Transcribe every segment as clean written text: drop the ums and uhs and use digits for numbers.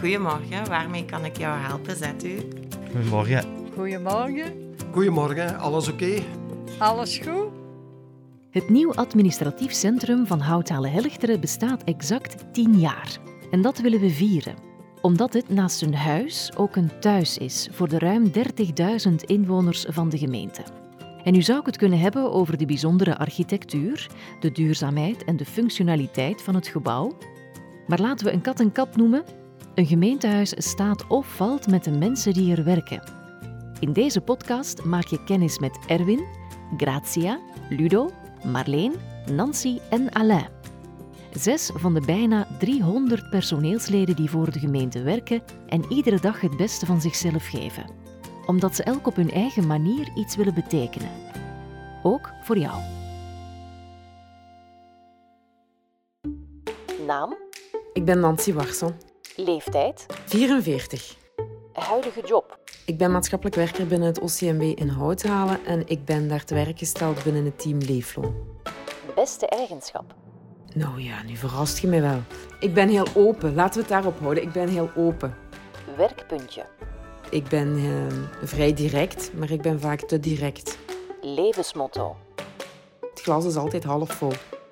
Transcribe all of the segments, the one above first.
Goedemorgen, waarmee kan ik jou helpen, zet u? Goedemorgen. Goedemorgen. Goedemorgen, alles oké? Alles goed? Het nieuw administratief centrum van Houthalen-Helchteren bestaat exact 10 jaar. En dat willen we vieren. Omdat het naast een huis ook een thuis is voor de ruim 30.000 inwoners van de gemeente. En nu zou ik het kunnen hebben over de bijzondere architectuur, de duurzaamheid en de functionaliteit van het gebouw. Maar laten we een kat een kat noemen. Een gemeentehuis staat of valt met de mensen die er werken. In deze podcast maak je kennis met Erwin, Gratia, Ludo, Marleen, Nancy en Alain. 6 van de bijna 300 personeelsleden die voor de gemeente werken en iedere dag het beste van zichzelf geven. Omdat ze elk op hun eigen manier iets willen betekenen. Ook voor jou. Naam? Ik ben Nancy Warsel, Leeftijd? 44. Huidige job? Ik ben maatschappelijk werker binnen het OCMW in Houthalen en ik ben daar te werk gesteld binnen het team Leefloon. Beste eigenschap? Nou ja, nu verrast je mij wel. Ik ben heel open, laten we het daarop houden. Ik ben heel open. Werkpuntje? Ik ben vrij direct, maar ik ben vaak te direct. Levensmotto? Het glas is altijd half vol.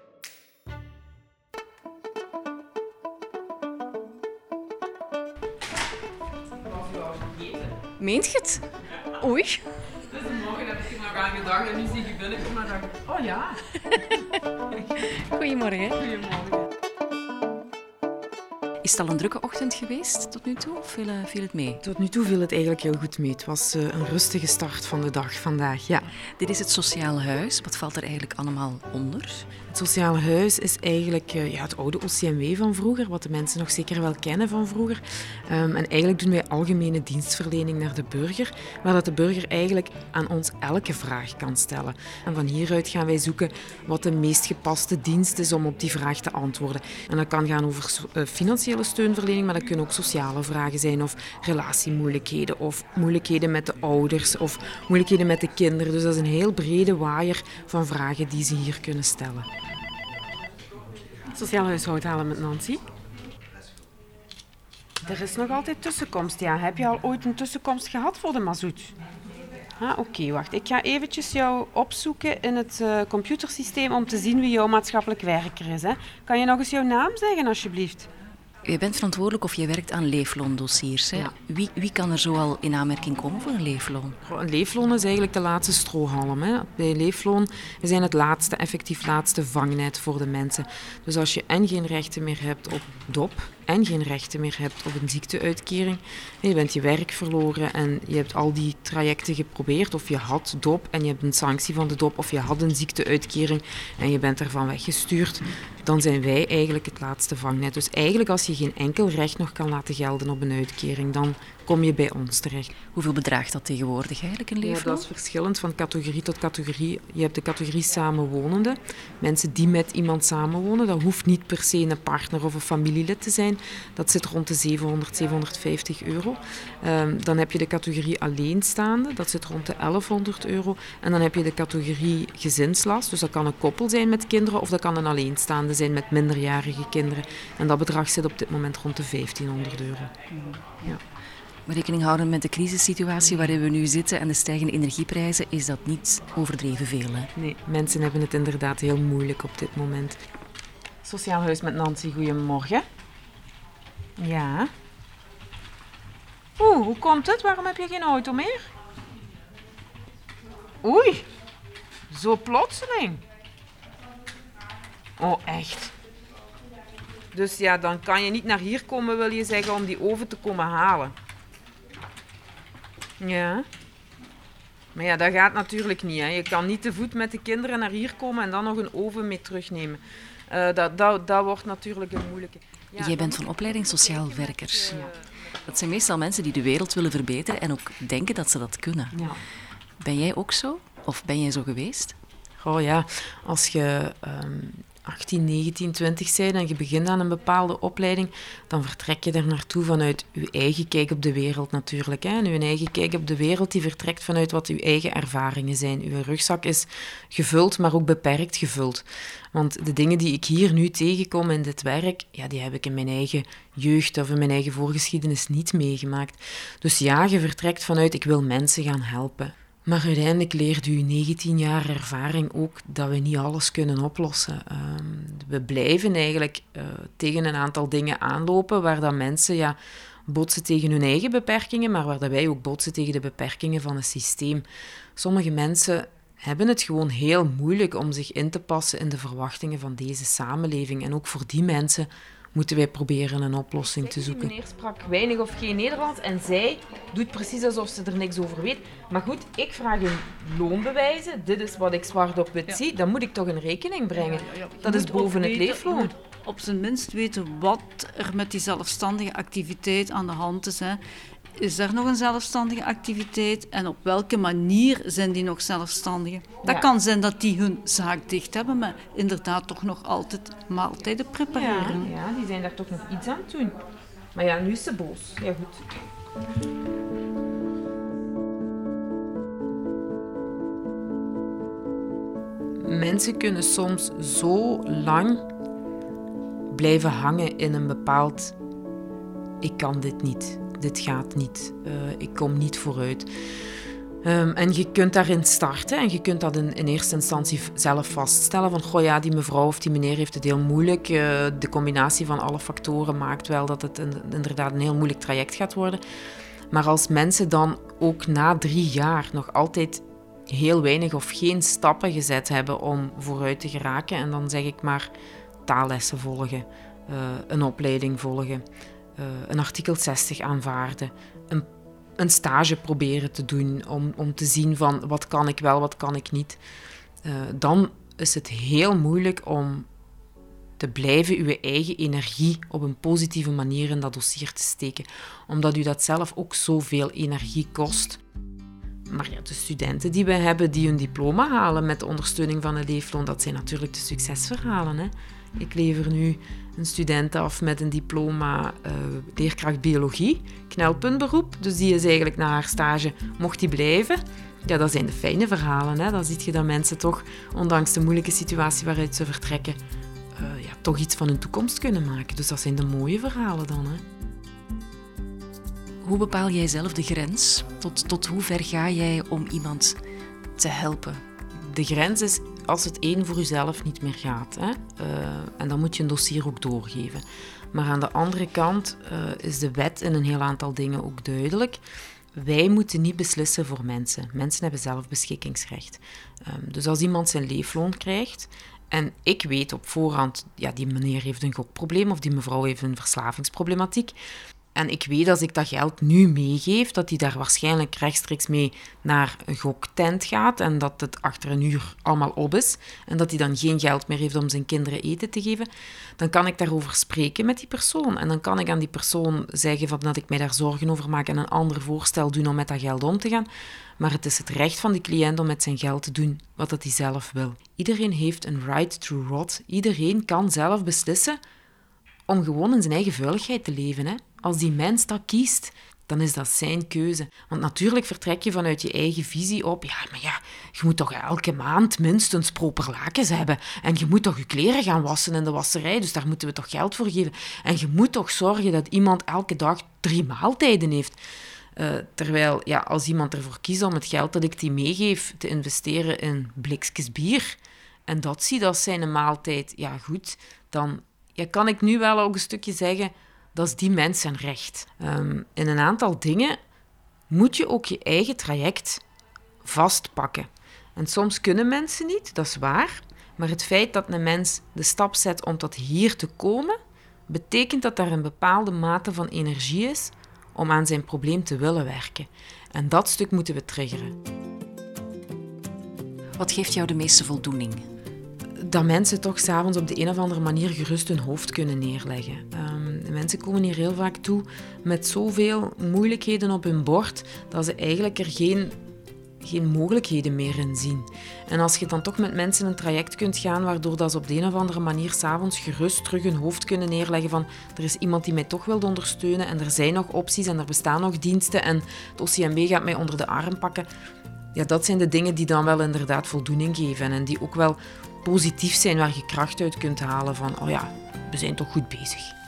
Meent je het? Oei. Dus morgen heb ik er nog aan gedacht en nu zie ik binnenkomen en dacht ik, oh ja. Goedemorgen. Goedemorgen. Is het al een drukke ochtend geweest tot nu toe of viel het mee? Tot nu toe viel het eigenlijk heel goed mee. Het was een rustige start van de dag vandaag, ja. Dit is het sociaal huis. Wat valt er eigenlijk allemaal onder? Het sociale huis is eigenlijk het oude OCMW van vroeger, wat de mensen nog zeker wel kennen van vroeger. En eigenlijk doen wij algemene dienstverlening naar de burger, waar dat de burger eigenlijk aan ons elke vraag kan stellen. En van hieruit gaan wij zoeken wat de meest gepaste dienst is om op die vraag te antwoorden. En dat kan gaan over financiële steunverlening, maar dat kunnen ook sociale vragen zijn, of relatiemoeilijkheden, of moeilijkheden met de ouders, of moeilijkheden met de kinderen. Dus dat is een heel brede waaier van vragen die ze hier kunnen stellen. Sociaal huis Houthalen met Nancy. Er is nog altijd tussenkomst, ja. Heb je al ooit een tussenkomst gehad voor de mazoet? Oké, wacht. Ik ga eventjes jou opzoeken in het computersysteem om te zien wie jouw maatschappelijk werker is. Hè. Kan je nog eens jouw naam zeggen, alsjeblieft? Je bent verantwoordelijk of je werkt aan leefloondossiers. Hè? Ja. Wie kan er zoal in aanmerking komen voor een leefloon? Een leefloon is eigenlijk de laatste strohalm. Hè. Bij leefloon we zijn het effectief laatste vangnet voor de mensen. Dus als je en geen rechten meer hebt op DOP en geen rechten meer hebt op een ziekteuitkering, je bent je werk verloren en je hebt al die trajecten geprobeerd, of je had DOP en je hebt een sanctie van de DOP, of je had een ziekteuitkering en je bent ervan weggestuurd, dan zijn wij eigenlijk het laatste vangnet. Dus eigenlijk als je geen enkel recht nog kan laten gelden op een uitkering, dan kom je bij ons terecht. Hoeveel bedraagt dat tegenwoordig eigenlijk, een leefloon? Ja, dat is verschillend van categorie tot categorie. Je hebt de categorie samenwonenden. Mensen die met iemand samenwonen. Dat hoeft niet per se een partner of een familielid te zijn. Dat zit rond de 700, 750 euro. Dan heb je de categorie alleenstaande. Dat zit rond de 1100 euro. En dan heb je de categorie gezinslast. Dus dat kan een koppel zijn met kinderen of dat kan een alleenstaande zijn met minderjarige kinderen. En dat bedrag zit op dit moment rond de 1500 euro. Ja. Maar rekening houden met de crisissituatie waarin we nu zitten en de stijgende energieprijzen, is dat niet overdreven veel. Hè? Nee, mensen hebben het inderdaad heel moeilijk op dit moment. Sociaal huis met Nancy, goedemorgen. Ja. Hoe komt het? Waarom heb je geen auto meer? Oei, zo plotseling. Oh, echt? Dus ja, dan kan je niet naar hier komen, wil je zeggen, om die oven te komen halen. Ja. Maar ja, dat gaat natuurlijk niet. Hè. Je kan niet te voet met de kinderen naar hier komen en dan nog een oven mee terugnemen. Dat wordt natuurlijk een moeilijke. Ja, Jij bent van opleiding sociaal werker. Ja. Dat zijn meestal mensen die de wereld willen verbeteren en ook denken dat ze dat kunnen. Ja. Ben jij ook zo? Of ben jij zo geweest? Oh ja, als je 18, 19, 20 bent en je begint aan een bepaalde opleiding, dan vertrek je er naartoe vanuit je eigen kijk op de wereld natuurlijk. Hè. En je eigen kijk op de wereld die vertrekt vanuit wat je eigen ervaringen zijn. Je rugzak is gevuld, maar ook beperkt gevuld. Want de dingen die ik hier nu tegenkom in dit werk, ja, die heb ik in mijn eigen jeugd of in mijn eigen voorgeschiedenis niet meegemaakt. Dus ja, je vertrekt vanuit ik wil mensen gaan helpen. Maar uiteindelijk leert u 19 jaar ervaring ook dat we niet alles kunnen oplossen. We blijven eigenlijk tegen een aantal dingen aanlopen waar dat mensen botsen tegen hun eigen beperkingen, maar waar dat wij ook botsen tegen de beperkingen van het systeem. Sommige mensen hebben het gewoon heel moeilijk om zich in te passen in de verwachtingen van deze samenleving. En ook voor die mensen moeten wij proberen een oplossing te zoeken. Meneer sprak weinig of geen Nederlands en zij doet precies alsof ze er niks over weet. Maar goed, ik vraag hun loonbewijzen. Dit is wat ik zwart op wit zie. Dan moet ik toch in rekening brengen. Dat is boven het leefloon. Je moet op zijn minst weten wat er met die zelfstandige activiteit aan de hand is. Hè. Is er nog een zelfstandige activiteit en op welke manier zijn die nog zelfstandigen? Dat kan zijn dat die hun zaak dicht hebben, maar inderdaad toch nog altijd maaltijden prepareren. Ja, die zijn daar toch nog iets aan het doen. Maar ja, nu is ze boos. Ja, goed. Mensen kunnen soms zo lang blijven hangen in een bepaald ik kan dit niet. Dit gaat niet, ik kom niet vooruit. En je kunt daarin starten en je kunt dat in eerste instantie zelf vaststellen van die mevrouw of die meneer heeft het heel moeilijk. De combinatie van alle factoren maakt wel dat het inderdaad een heel moeilijk traject gaat worden. Maar als mensen dan ook na 3 jaar nog altijd heel weinig of geen stappen gezet hebben om vooruit te geraken, en dan zeg ik maar taallessen volgen, een opleiding volgen, een artikel 60 aanvaarden, een stage proberen te doen om te zien van wat kan ik wel, wat kan ik niet. Dan is het heel moeilijk om te blijven uw eigen energie op een positieve manier in dat dossier te steken. Omdat u dat zelf ook zoveel energie kost. Maar ja, de studenten die we hebben die hun diploma halen met de ondersteuning van het leefloon, dat zijn natuurlijk de succesverhalen, hè. Ik lever nu een student af met een diploma leerkracht biologie, knelpuntberoep. Dus die is eigenlijk na haar stage, mocht die blijven. Ja, dat zijn de fijne verhalen. Hè? Dan zie je dat mensen toch, ondanks de moeilijke situatie waaruit ze vertrekken, toch iets van hun toekomst kunnen maken. Dus dat zijn de mooie verhalen dan. Hè? Hoe bepaal jij zelf de grens? Tot hoe ver ga jij om iemand te helpen? De grens is als het één voor jezelf niet meer gaat. Hè? En dan moet je een dossier ook doorgeven. Maar aan de andere kant is de wet in een heel aantal dingen ook duidelijk. Wij moeten niet beslissen voor mensen. Mensen hebben zelf beschikkingsrecht. Dus als iemand zijn leefloon krijgt en ik weet op voorhand, die meneer heeft een gokprobleem of die mevrouw heeft een verslavingsproblematiek, en ik weet als ik dat geld nu meegeef, dat hij daar waarschijnlijk rechtstreeks mee naar een goktent gaat en dat het achter een uur allemaal op is en dat hij dan geen geld meer heeft om zijn kinderen eten te geven, dan kan ik daarover spreken met die persoon. En dan kan ik aan die persoon zeggen van dat ik mij daar zorgen over maak en een ander voorstel doen om met dat geld om te gaan. Maar het is het recht van die cliënt om met zijn geld te doen wat hij zelf wil. Iedereen heeft een right to rot. Iedereen kan zelf beslissen om gewoon in zijn eigen vuiligheid te leven, hè. Als die mens dat kiest, dan is dat zijn keuze. Want natuurlijk vertrek je vanuit je eigen visie op, je moet toch elke maand minstens proper lakens hebben. En je moet toch je kleren gaan wassen in de wasserij, dus daar moeten we toch geld voor geven. En je moet toch zorgen dat iemand elke dag 3 maaltijden heeft. Terwijl, als iemand ervoor kiest om het geld dat ik die meegeef te investeren in blikjes bier, en dat ziet als zijn maaltijd, goed, dan kan ik nu wel ook een stukje zeggen, dat is die mens zijn recht. In een aantal dingen moet je ook je eigen traject vastpakken. En soms kunnen mensen niet, dat is waar. Maar het feit dat een mens de stap zet om tot hier te komen, betekent dat er een bepaalde mate van energie is om aan zijn probleem te willen werken. En dat stuk moeten we triggeren. Wat geeft jou de meeste voldoening? Dat mensen toch 's avonds op de een of andere manier gerust hun hoofd kunnen neerleggen. Mensen komen hier heel vaak toe met zoveel moeilijkheden op hun bord, dat ze eigenlijk er geen mogelijkheden meer in zien. En als je dan toch met mensen een traject kunt gaan, waardoor dat ze op de een of andere manier 's avonds gerust terug hun hoofd kunnen neerleggen van er is iemand die mij toch wil ondersteunen en er zijn nog opties en er bestaan nog diensten en het OCMW gaat mij onder de arm pakken. Ja, dat zijn de dingen die dan wel inderdaad voldoening geven en die ook wel positief zijn, waar je kracht uit kunt halen van, oh ja, we zijn toch goed bezig.